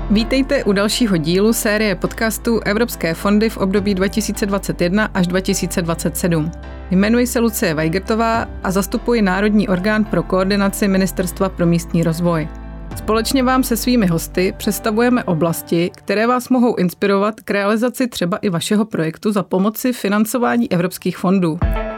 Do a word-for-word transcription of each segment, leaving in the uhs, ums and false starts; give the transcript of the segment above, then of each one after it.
Vítejte u dalšího dílu série podcastů Evropské fondy v období dva tisíce dvacet jedna až dva tisíce dvacet sedm. Jmenuji se Lucie Weigertová a zastupuji Národní orgán pro koordinaci Ministerstva pro místní rozvoj. Společně vám se svými hosty představujeme oblasti, které vás mohou inspirovat k realizaci třeba i vašeho projektu za pomoci financování evropských fondů.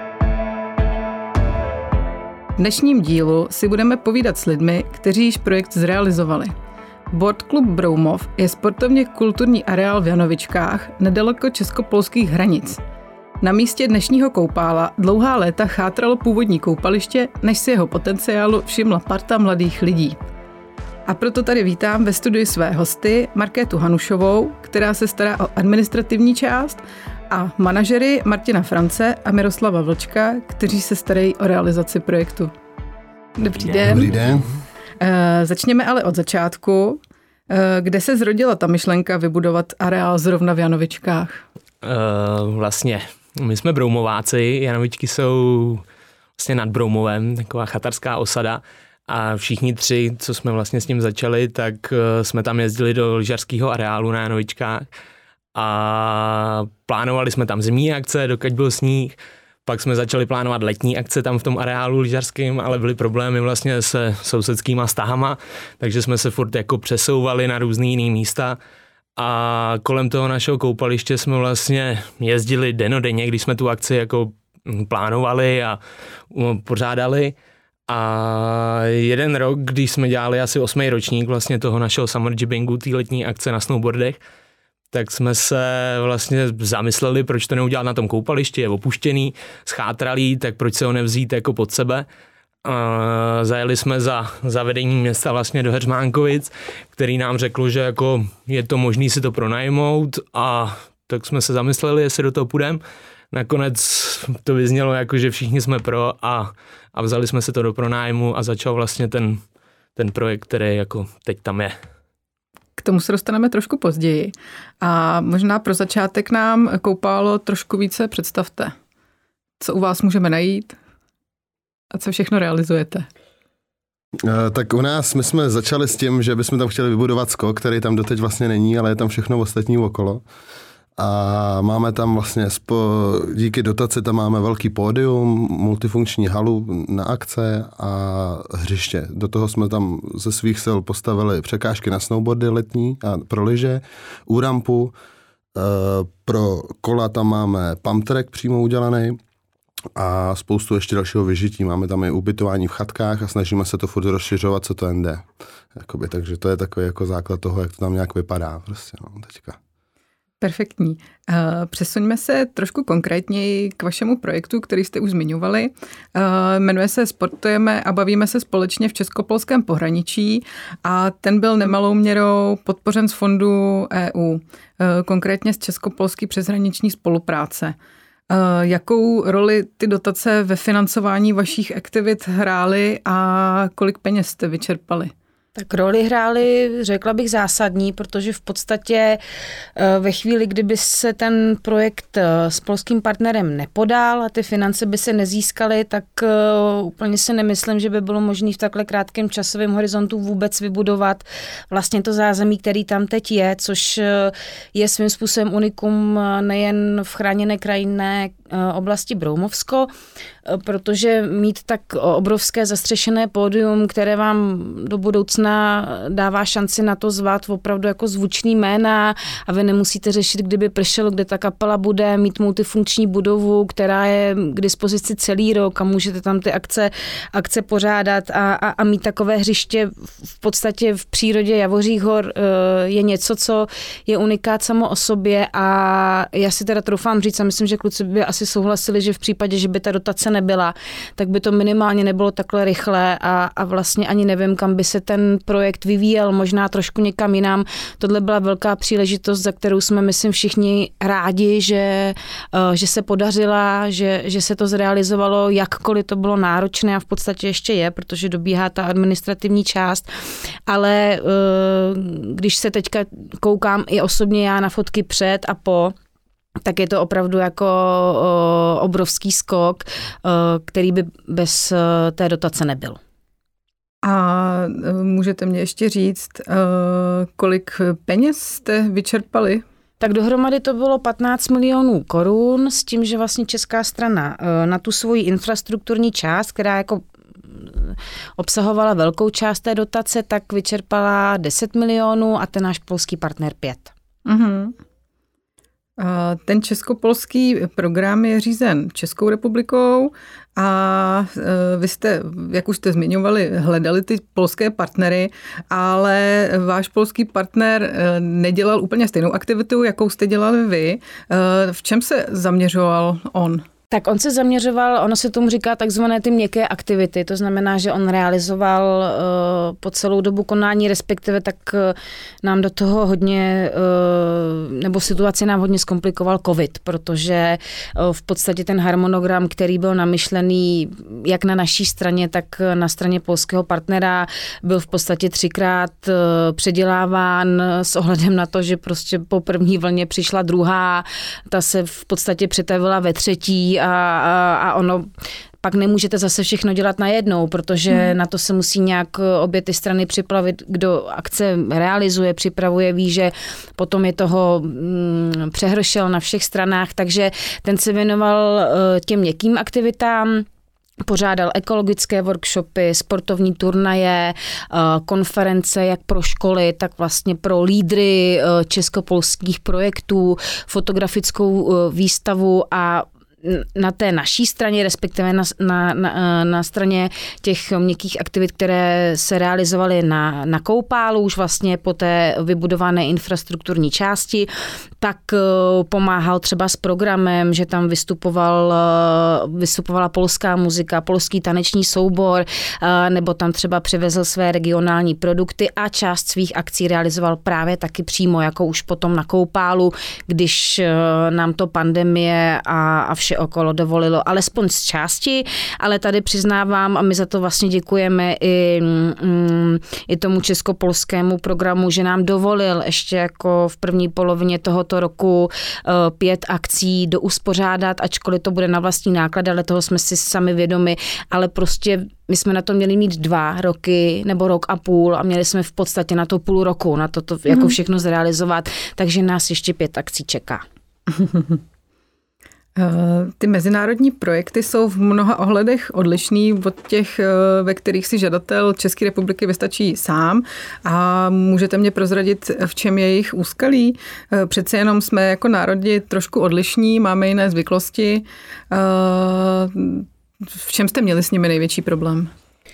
V dnešním dílu si budeme povídat s lidmi, kteří již projekt zrealizovali. Boardklub Broumov je sportovně kulturní areál v Janovičkách, nedaleko česko-polských hranic. Na místě dnešního koupála dlouhá léta chátralo původní koupaliště, než si jeho potenciálu všimla parta mladých lidí. A proto tady vítám ve studiu své hosty Markétu Hanušovou, která se stará o administrativní část, a manažery Martina France a Miroslava Vlčka, kteří se starají o realizaci projektu. Dobrý den. Dobrý den. Začněme ale od začátku. Kde se zrodila ta myšlenka vybudovat areál zrovna v Janovičkách? Uh, vlastně, my jsme Broumováci, Janovičky jsou vlastně nad Broumovem, taková chatarská osada, a všichni tři, co jsme vlastně s tím začali, tak uh, jsme tam jezdili do lyžařského areálu na Janovičkách a plánovali jsme tam zimní akce, dokud byl sníh. Pak jsme začali plánovat letní akce tam v tom areálu lyžařským, ale byly problémy vlastně se sousedskýma stahama, takže jsme se furt jako přesouvali na různý jiný místa a kolem toho našeho koupaliště jsme vlastně jezdili dennodenně, když jsme tu akci jako plánovali a pořádali. A jeden rok, když jsme dělali asi osmý ročník vlastně toho našeho summer jibbingu, té letní akce na snowboardech, tak jsme se vlastně zamysleli, proč to neudělat na tom koupališti, je opuštěný, schátralý, tak proč se ho nevzít jako pod sebe. A zajeli jsme za, za vedení města vlastně do Heřmánkovic, který nám řekl, že jako je to možný si to pronajmout, a tak jsme se zamysleli, jestli do toho půjdeme. Nakonec to vyznělo jako, že všichni jsme pro a, a vzali jsme se to do pronájmu a začal vlastně ten, ten projekt, který jako teď tam je. K tomu se dostaneme trošku později. A možná pro začátek nám koupálo trošku více představte. Co u vás můžeme najít a co všechno realizujete? Tak u nás my jsme začali s tím, že bychom tam chtěli vybudovat skok, který tam doteď vlastně není, ale je tam všechno ostatní okolo. A máme tam vlastně, spo, díky dotaci tam máme velký pódium, multifunkční halu na akce a hřiště. Do toho jsme tam ze svých sil postavili překážky na snowboardy letní a pro lyže, úrampu, e, pro kola tam máme pump track přímo udělaný a spoustu ještě dalšího vyžití. Máme tam i ubytování v chatkách a snažíme se to furt rozšiřovat, co to jen jde. Jakoby, takže to je takový jako základ toho, jak to tam nějak vypadá. Prostě, no, teďka. Perfektní. Přesuňme se trošku konkrétněji k vašemu projektu, který jste už zmiňovali. Jmenuje se Sportujeme a bavíme se společně v českopolském pohraničí a ten byl nemalou měrou podpořen z fondu E U, konkrétně z českopolské přeshraniční spolupráce. Jakou roli ty dotace ve financování vašich aktivit hrály a kolik peněz jste vyčerpali? Tak roli hrály, řekla bych, zásadní, protože v podstatě ve chvíli, kdyby se ten projekt s polským partnerem nepodal a ty finance by se nezískaly, tak úplně si nemyslím, že by bylo možné v takhle krátkém časovém horizontu vůbec vybudovat vlastně to zázemí, který tam teď je, což je svým způsobem unikum nejen v chráněné krajinné oblasti Broumovsko, protože mít tak obrovské zastřešené pódium, které vám do budoucna dává šanci na to zvát opravdu jako zvučný jména a vy nemusíte řešit, kdyby pršelo, kde ta kapela bude, mít multifunkční budovu, která je k dispozici celý rok a můžete tam ty akce, akce pořádat a, a, a mít takové hřiště v podstatě v přírodě Javořích hor je něco, co je unikát samo o sobě a já si teda troufám říct a myslím, že kluci by asi souhlasili, že v případě, že by ta dotace nebyla, tak by to minimálně nebylo takhle rychlé a, a vlastně ani nevím, kam by se ten projekt vyvíjel, možná trošku někam jinam. Tohle byla velká příležitost, za kterou jsme, myslím, všichni rádi, že, že se podařila, že, že se to zrealizovalo, jakkoliv to bylo náročné a v podstatě ještě je, protože dobíhá ta administrativní část, ale když se teďka koukám i osobně já na fotky před a po, tak je to opravdu jako o, obrovský skok, o, který by bez o, té dotace nebyl. A můžete mě ještě říct, kolik peněz jste vyčerpali? Tak dohromady to bylo patnáct milionů korun s tím, že vlastně česká strana na tu svoji infrastrukturní část, která jako obsahovala velkou část té dotace, tak vyčerpala deset milionů a ten náš polský partner pět. Uh-huh. A ten česko-polský program je řízen Českou republikou a vy jste, jak už jste zmiňovali, hledali ty polské partnery, ale váš polský partner nedělal úplně stejnou aktivitu, jakou jste dělali vy. V čem se zaměřoval on? Tak on se zaměřoval, ono se tomu říká takzvané ty měkké aktivity, to znamená, že on realizoval uh, po celou dobu konání, respektive tak uh, nám do toho hodně, uh, nebo situaci nám hodně zkomplikoval covid, protože uh, v podstatě ten harmonogram, který byl namyšlený jak na naší straně, tak na straně polského partnera, byl v podstatě třikrát uh, předěláván s ohledem na to, že prostě po první vlně přišla druhá, ta se v podstatě přetavila ve třetí, A, a, a ono pak nemůžete zase všechno dělat najednou, protože hmm. na to se musí nějak obě ty strany připravit, kdo akce realizuje, připravuje, ví, že potom je toho mm, přehršel na všech stranách, takže ten se věnoval uh, těm měkkým aktivitám, pořádal ekologické workshopy, sportovní turnaje, konference jak pro školy, tak vlastně pro lídry českopolských projektů, fotografickou výstavu a na té naší straně, respektive na, na, na, na straně těch měkkých aktivit, které se realizovaly na, na Koupálu, už vlastně po té vybudované infrastrukturní části, tak pomáhal třeba s programem, že tam vystupoval, vystupovala polská muzika, polský taneční soubor, nebo tam třeba přivezl své regionální produkty a část svých akcí realizoval právě taky přímo, jako už potom na Koupálu, když nám to pandemie a, a vše okolo dovolilo, alespoň z části, ale tady přiznávám a my za to vlastně děkujeme i, mm, i tomu českopolskému programu, že nám dovolil ještě jako v první polovině tohoto roku uh, pět akcí douspořádat, ačkoliv to bude na vlastní náklad, ale toho jsme si sami vědomi, ale prostě my jsme na to měli mít dva roky nebo rok a půl a měli jsme v podstatě na to půl roku, na to, to jako všechno zrealizovat, takže nás ještě pět akcí čeká. Ty mezinárodní projekty jsou v mnoha ohledech odlišný od těch, ve kterých si žadatel České republiky vystačí sám a můžete mě prozradit, v čem je jejich úskalí. Přece jenom jsme jako národi trošku odlišní, máme jiné zvyklosti. V čem jste měli s nimi největší problém?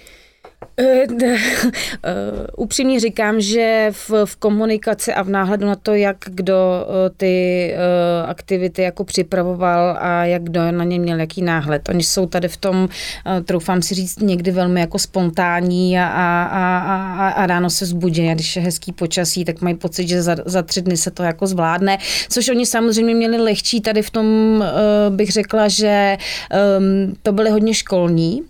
Upřímně říkám, že v, v komunikaci a v náhledu na to, jak kdo ty aktivity jako připravoval a jak kdo na ně měl jaký náhled. Oni jsou tady v tom, troufám si říct, někdy velmi jako spontánní a, a, a, a ráno se vzbudí a když je hezký počasí, tak mají pocit, že za, za tři dny se to jako zvládne, což oni samozřejmě měli lehčí. Tady v tom bych řekla, že to byly hodně školní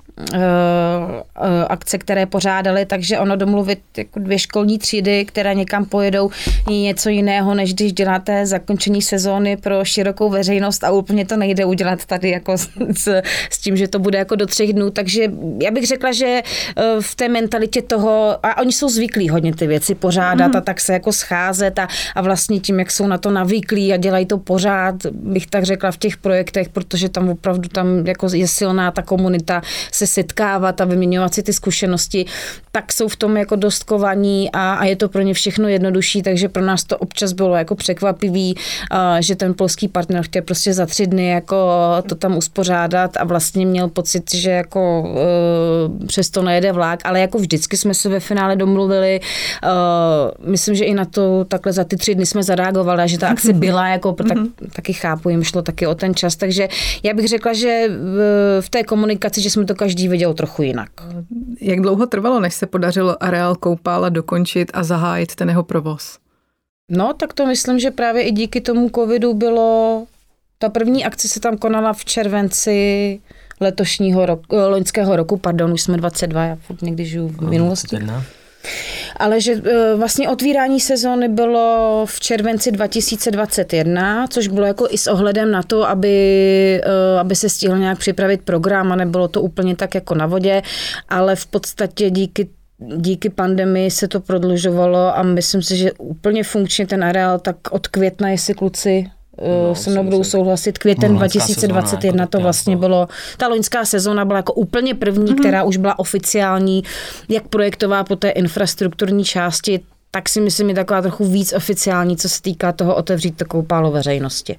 akce, které pořádali, takže ono domluvit jako dvě školní třídy, které někam pojedou, je něco jiného, než když děláte zakončení sezóny pro širokou veřejnost a úplně to nejde udělat tady jako s, s tím, že to bude jako do třech dnů, takže já bych řekla, že v té mentalitě toho, a oni jsou zvyklí hodně ty věci pořádat mm. a tak se jako scházet a, a vlastně tím, jak jsou na to navyklí a dělají to pořád, bych tak řekla v těch projektech, protože tam opravdu tam jako je silná ta komunita se setkávat a vyměňovat si ty zkušenosti, tak jsou v tom jako dost kovaní a, a je to pro ně všechno jednodušší, takže pro nás to občas bylo jako překvapivý, a, že ten polský partner chtěl prostě za tři dny jako to tam uspořádat a vlastně měl pocit, že jako e, přesto nejede vlák, ale jako vždycky jsme se ve finále domluvili. E, myslím, že i na to takhle za ty tři dny jsme zareagovali a že ta akce byla, jako, tak, taky chápu, jim šlo taky o ten čas, takže já bych řekla, že v, v té komunikaci, že jsme to každý viděl trochu jinak. Jak dlouho trvalo, než se podařilo areál Koupála dokončit a zahájit ten jeho provoz? No, tak to myslím, že právě i díky tomu covidu bylo, ta první akce se tam konala v červenci letošního roku, loňského roku, pardon, už jsme dvacet dva, já furt někdy žiju v minulosti. Ale že vlastně otvírání sezóny bylo v červenci dva tisíce dvacet jedna, což bylo jako i s ohledem na to, aby, aby se stihl nějak připravit program a nebylo to úplně tak jako na vodě, ale v podstatě díky díky pandemii se to prodlužovalo a myslím si, že úplně funkčně ten areál tak od května, jestli kluci no, se mnou budou souhlasit, květen no, dva tisíce dvacet jedna to vlastně bylo, ta loňská sezóna byla jako úplně první, mm-hmm. která už byla oficiální, jak projektová po té infrastrukturní části, tak si myslím je taková trochu víc oficiální, co se týká toho otevřít to koupálo veřejnosti.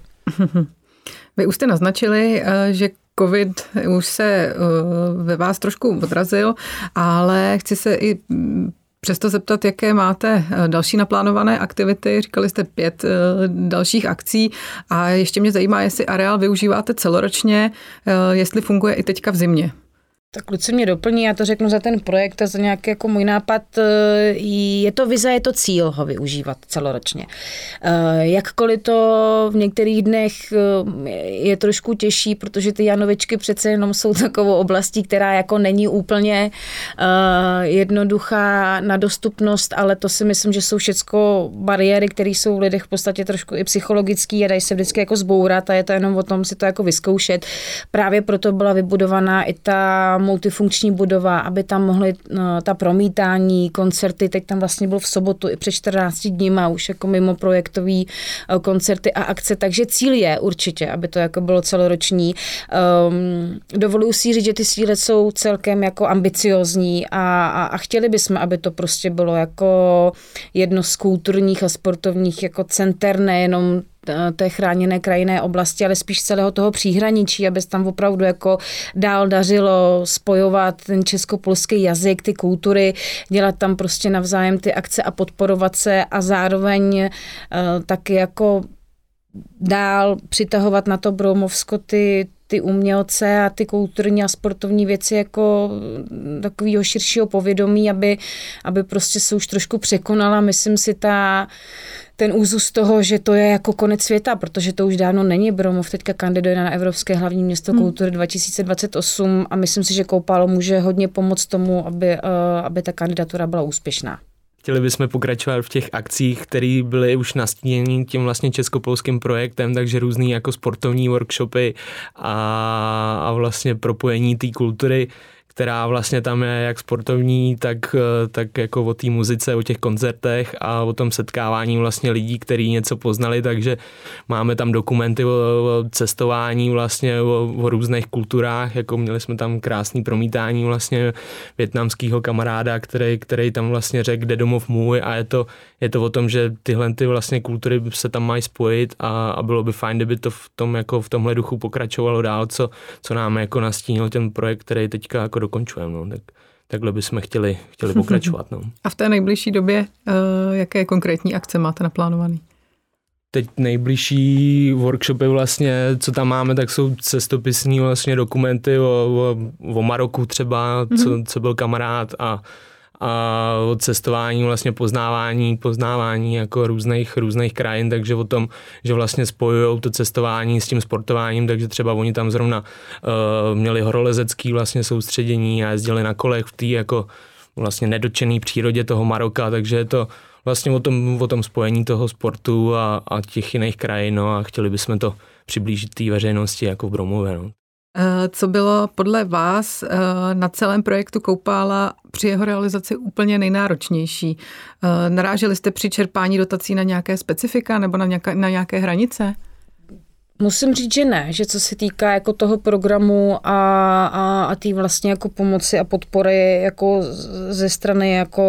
Vy už jste naznačili, že covid už se ve vás trošku odrazil, ale chci se i přesto zeptat, jaké máte další naplánované aktivity. Říkali jste pět dalších akcí a ještě mě zajímá, jestli areál využíváte celoročně, jestli funguje i teďka v zimě. Tak kluci mě doplní, já to řeknu za ten projekt a za nějaký jako můj nápad. Je to vize, je to cíl ho využívat celoročně. Jakkoliv to v některých dnech je trošku těžší, protože ty Janovičky přece jenom jsou takovou oblastí, která jako není úplně jednoduchá na dostupnost, ale to si myslím, že jsou všecko bariéry, které jsou v lidech v podstatě trošku i psychologický a dají se vždycky jako zbourat a je to jenom o tom si to jako vyzkoušet. Právě proto byla vybudovaná i ta multifunkční budova, aby tam mohly no, ta promítání, koncerty, teď tam vlastně byl v sobotu i před čtrnácti dníma už jako mimo projektový koncerty a akce, takže cíl je určitě, aby to jako bylo celoroční. Um, dovoluji si říct, že ty cíle jsou celkem jako ambiciozní a, a, a chtěli bychom, aby to prostě bylo jako jedno z kulturních a sportovních jako center, nejenom té chráněné krajinné oblasti, ale spíš celého toho příhraničí, aby se tam opravdu jako dál dařilo spojovat ten česko-polský jazyk, ty kultury, dělat tam prostě navzájem ty akce a podporovat se a zároveň uh, taky jako dál přitahovat na to Broumovsko ty ty umělce a ty kulturní a sportovní věci jako takového širšího povědomí, aby, aby prostě se už trošku překonala, myslím si, ta ten úzus toho, že to je jako konec světa, protože to už dávno není. Broumov teďka kandiduje na Evropské hlavní město hmm. kultury dva tisíce dvacet osm a myslím si, že Koupálo může hodně pomoct tomu, aby, uh, aby ta kandidatura byla úspěšná. Chtěli bychom pokračovat v těch akcích, které byly už nastíněny tím vlastně českopolským projektem, takže různý jako sportovní workshopy a, a vlastně propojení té kultury, která vlastně tam je jak sportovní, tak, tak jako o té muzice, o těch koncertech a o tom setkávání vlastně lidí, kteří něco poznali, takže máme tam dokumenty o, o cestování vlastně, o, o různých kulturách, jako měli jsme tam krásný promítání vlastně vietnamského kamaráda, který, který tam vlastně řekl, kde domov můj a je to, je to o tom, že tyhle ty vlastně kultury se tam mají spojit a, a bylo by fajn, kdyby to v tom jako v tomhle duchu pokračovalo dál, co, co nám jako nastínil ten projekt, který teďka jako dokončujeme. No. Tak, takhle bychom chtěli, chtěli pokračovat. No. A v té nejbližší době, uh, jaké konkrétní akce máte naplánovaný? Teď nejbližší workshopy vlastně, co tam máme, tak jsou cestopisní vlastně dokumenty o, o, o Maroku třeba, mm-hmm. co, co byl kamarád a a o cestování, vlastně poznávání, poznávání jako různých, různých krajin, takže o tom, že vlastně spojujou to cestování s tím sportováním, takže třeba oni tam zrovna uh, měli horolezecký vlastně soustředění a jezdili na kolech v té jako vlastně nedotčené přírodě toho Maroka, takže je to vlastně o tom, o tom spojení toho sportu a, a těch jiných krajin, no, a chtěli bychom to přiblížit té veřejnosti jako v Broumově. No. Co bylo podle vás na celém projektu Koupála při jeho realizaci úplně nejnáročnější? Naráželi jste při čerpání dotací na nějaké specifika nebo na nějaké, na nějaké hranice? Musím říct, že ne, že co se týká jako toho programu a, a, a té vlastně jako pomoci a podpory jako ze strany jako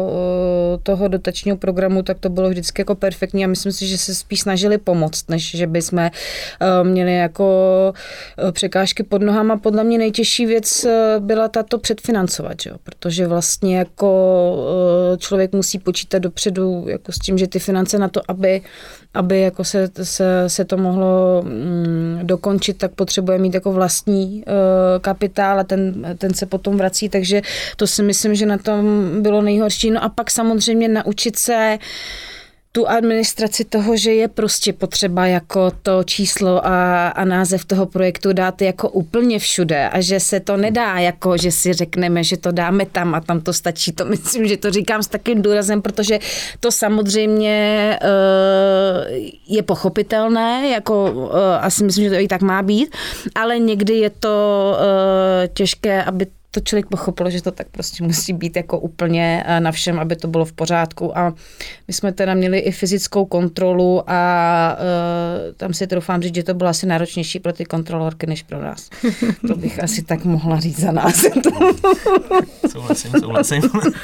toho dotačního programu, tak to bylo vždycky jako perfektní a myslím si, že se spíš snažili pomoct, než že by jsme měli jako překážky pod nohama. Podle mě nejtěžší věc byla tato předfinancovat, že jo? Protože vlastně jako člověk musí počítat dopředu jako s tím, že ty finance na to, aby, aby jako se, se, se to mohlo dokončit, tak potřebuje mít jako vlastní uh, kapitál a ten, ten se potom vrací, takže to si myslím, že na tom bylo nejhorší. No a pak samozřejmě naučit se tu administraci toho, že je prostě potřeba jako to číslo a, a název toho projektu dát jako úplně všude a že se to nedá jako, že si řekneme, že to dáme tam a tam to stačí. To myslím, že to říkám s takým důrazem, protože to samozřejmě uh, je pochopitelné, jako uh, asi myslím, že to i tak má být, ale někdy je to uh, těžké, aby to člověk pochopil, že to tak prostě musí být jako úplně na všem, aby to bylo v pořádku. A my jsme teda měli i fyzickou kontrolu a uh, tam si troufám říct, že to bylo asi náročnější pro ty kontrolorky, než pro nás. To bych asi tak mohla říct za nás. Souhlasím, souhlasím.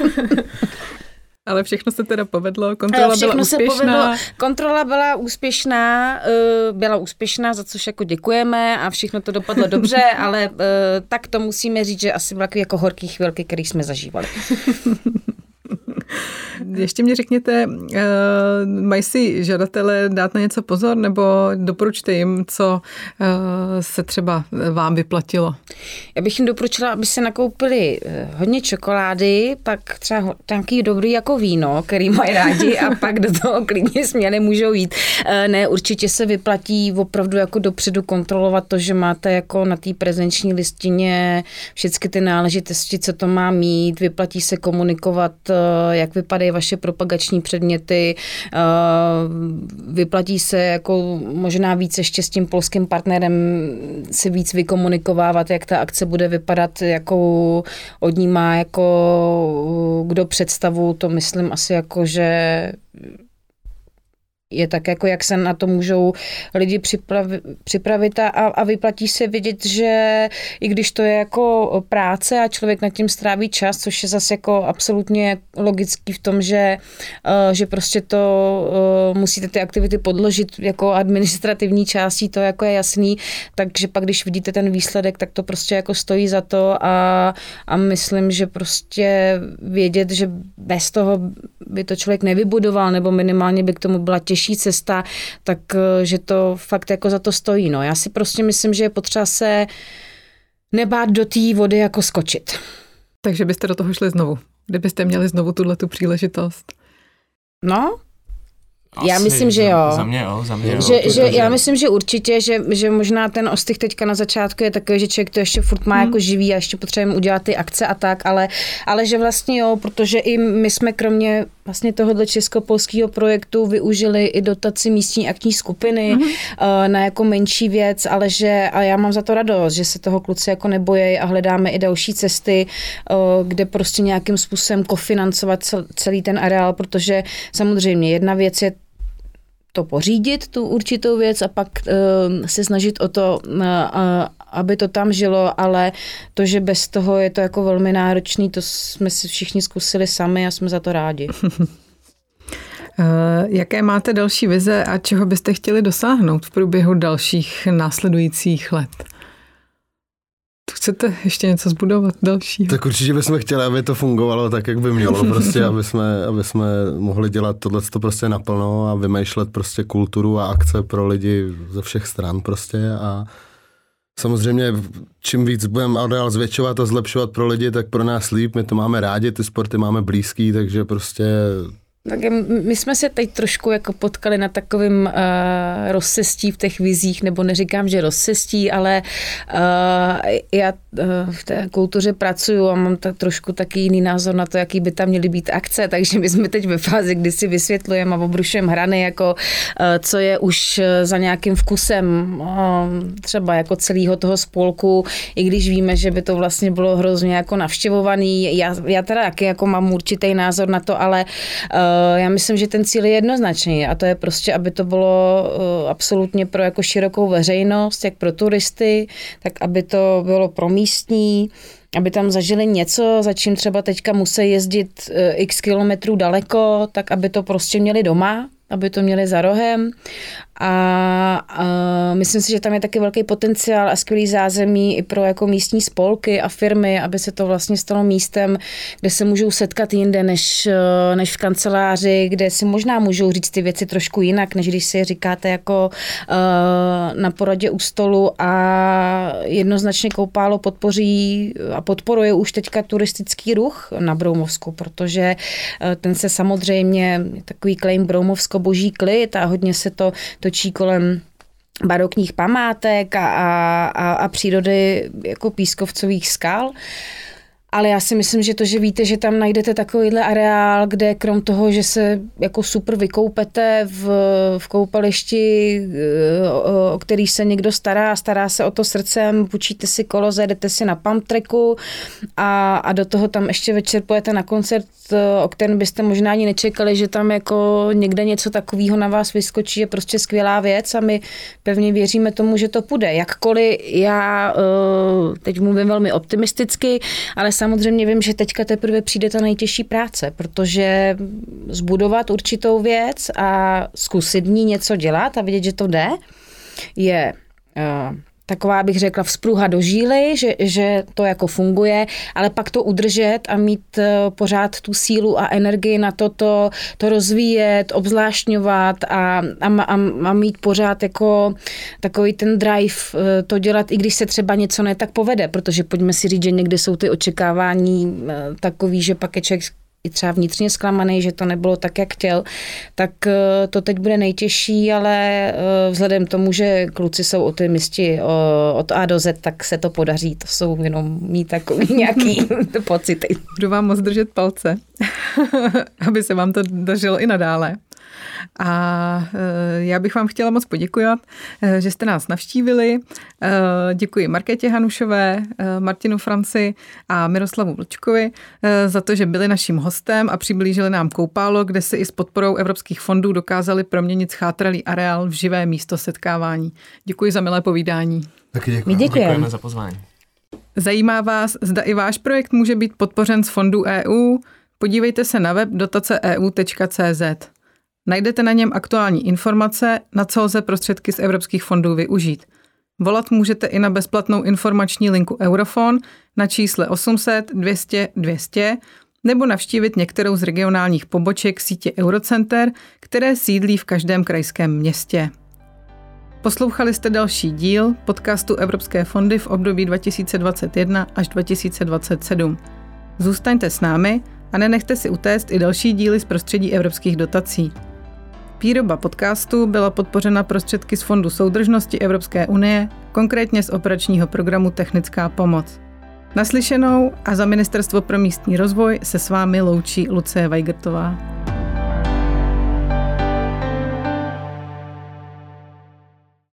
Ale všechno se teda povedlo, kontrola všechno byla úspěšná. Se povedlo. Kontrola byla úspěšná, byla úspěšná, za což jako děkujeme a všechno to dopadlo dobře, ale tak to musíme říct, že asi byly jako horký chvilky, které jsme zažívali. Ještě mě řekněte, uh, mají si žadatelé dát na něco pozor, nebo doporučte jim, co uh, se třeba vám vyplatilo? Já bych jim doporučila, aby se nakoupili hodně čokolády, pak třeba nějaký dobrý jako víno, který mají rádi a pak do toho klidně směle můžou jít. Uh, ne, určitě se vyplatí opravdu jako dopředu kontrolovat to, že máte jako na té prezenční listině všechny ty náležitosti, co to má mít, vyplatí se komunikovat, uh, jak vypadají vaše propagační předměty, vyplatí se jako možná víc ještě s tím polským partnerem si víc vykomunikovávat, jak ta akce bude vypadat, jakou od ní má jako kdo představu, to myslím asi jako, že je tak jako, jak se na to můžou lidi připravit, připravit a, a vyplatí se vědět, že i když to je jako práce a člověk nad tím stráví čas, což je zase jako absolutně logický v tom, že, uh, že prostě to uh, musíte ty aktivity podložit jako administrativní částí, to jako je jasný, takže pak, když vidíte ten výsledek, tak to prostě jako stojí za to a, a myslím, že prostě vědět, že bez toho by to člověk nevybudoval, nebo minimálně by k tomu byla těžší cesta, tak že to fakt jako za to stojí. No. Já si prostě myslím, že je potřeba se nebát do té vody jako skočit. Takže byste do toho šli znovu, kdybyste měli znovu tuhletu příležitost. No, Asi, já myslím, že jo. Za mě jo, za mě jo. Že, že, já myslím, že určitě, že, že možná ten ostych teďka na začátku je takový, že člověk to ještě furt má hmm. jako živý a ještě potřebujeme udělat ty akce a tak, ale, ale že vlastně jo, protože i my jsme kromě vlastně tohohle česko-polského projektu využili i dotaci místní akční skupiny hmm. na jako menší věc, ale že, a já mám za to radost, že se toho kluci jako nebojí a hledáme i další cesty, kde prostě nějakým způsobem kofinancovat celý ten areál, protože samozřejmě jedna věc je to pořídit, tu určitou věc a pak uh, se snažit o to, uh, aby to tam žilo, ale to, že bez toho je to jako velmi náročný, to jsme si všichni zkusili sami a jsme za to rádi. uh, jaké máte další vize a čeho byste chtěli dosáhnout v průběhu dalších následujících let? Chcete ještě něco zbudovat dalšího? Tak určitě bychom chtěli, aby to fungovalo tak, jak by mělo, prostě, aby jsme, aby jsme mohli dělat tohleto prostě naplno a vymýšlet prostě kulturu a akce pro lidi ze všech stran prostě a samozřejmě čím víc budeme areál zvětšovat a zlepšovat pro lidi, tak pro nás líp, my to máme rádi, ty sporty máme blízký, takže prostě... Tak my jsme se teď trošku jako potkali na takovým uh, rozcestí v těch vizích, nebo neříkám, že rozcestí, ale uh, já uh, v té kultuře pracuju a mám tak trošku taky jiný názor na to, jaký by tam měly být akce, takže my jsme teď ve fázi, kdy si vysvětlujeme a obrušujeme hrany, jako uh, co je už za nějakým vkusem uh, třeba jako celého toho spolku, i když víme, že by to vlastně bylo hrozně jako navštěvovaný. Já, já teda taky jako mám určitý názor na to, ale uh, já myslím, že ten cíl je jednoznačný a to je prostě, aby to bylo absolutně pro jako širokou veřejnost, jak pro turisty, tak aby to bylo pro místní, aby tam zažili něco, za čím třeba teďka musí jezdit x kilometrů daleko, tak aby to prostě měli doma, aby to měli za rohem a, a myslím si, že tam je taky velký potenciál a skvělý zázemí i pro jako místní spolky a firmy, aby se to vlastně stalo místem, kde se můžou setkat jinde než, než v kanceláři, kde si možná můžou říct ty věci trošku jinak, než když si je říkáte jako uh, na poradě u stolu a jednoznačně Koupálo podpoří a podporuje už teďka turistický ruch na Broumovsku, protože uh, ten se samozřejmě, takový claim Broumovsko boží klid a hodně se to točí kolem barokních památek a, a, a přírody jako pískovcových skal. Ale já si myslím, že to, že víte, že tam najdete takovýhle areál, kde krom toho, že se jako super vykoupete v, v koupališti, o, o který se někdo stará, stará se o to srdcem, půjčíte si kolo, zajedete si na pump tracku a, a do toho tam ještě večer pojete na koncert, o kterém byste možná ani nečekali, že tam jako někde něco takového na vás vyskočí, je prostě skvělá věc a my pevně věříme tomu, že to půjde. Jakkoliv já teď mluvím velmi optimisticky, ale samozřejmě vím, že teďka teprve přijde ta nejtěžší práce, protože zbudovat určitou věc a zkusit v ní něco dělat a vidět, že to jde, je uh, taková, bych řekla, vzpruha do žíly, že, že to jako funguje, ale pak to udržet a mít uh, pořád tu sílu a energii na to, to, to rozvíjet, obzvláštňovat a, a, a, a mít pořád jako takový ten drive uh, to dělat, i když se třeba něco ne tak povede, protože pojďme si říct, že někdy jsou ty očekávání uh, takový, že pak je člověk i třeba vnitřně zklamaný, že to nebylo tak, jak chtěl, tak to teď bude nejtěžší, ale vzhledem tomu, že kluci jsou optimisti od A do Z, tak se to podaří. To jsou jenom mít takový nějaký pocity. Budu vám moc držet palce, aby se vám to dařilo i nadále. A já bych vám chtěla moc poděkovat, že jste nás navštívili. Děkuji Markétě Hanušové, Martinu Franci a Miroslavu Vlčkovi za to, že byli naším hostem a přiblížili nám Koupálo, kde si i s podporou evropských fondů dokázali proměnit schátralý areál v živé místo setkávání. Děkuji za milé povídání. Taky děkuji. My děkujeme. Děkujeme za pozvání. Zajímá vás, zda i váš projekt může být podpořen z fondů E U? Podívejte se na web dotace e u tečka cé zet. Najdete na něm aktuální informace, na co lze prostředky z evropských fondů využít. Volat můžete i na bezplatnou informační linku Eurofon na čísle osm set dvě stě dvě stě nebo navštívit některou z regionálních poboček sítě Eurocenter, které sídlí v každém krajském městě. Poslouchali jste další díl podcastu Evropské fondy v období dva tisíce dvacet jedna až dva tisíce dvacet sedm. Zůstaňte s námi a nenechte si utéct i další díly z prostředí evropských dotací. Výroba podcastu byla podpořena prostředky z Fondu soudržnosti Evropské unie, konkrétně z operačního programu Technická pomoc. Naslyšenou a za Ministerstvo pro místní rozvoj se s vámi loučí Lucie Weigertová.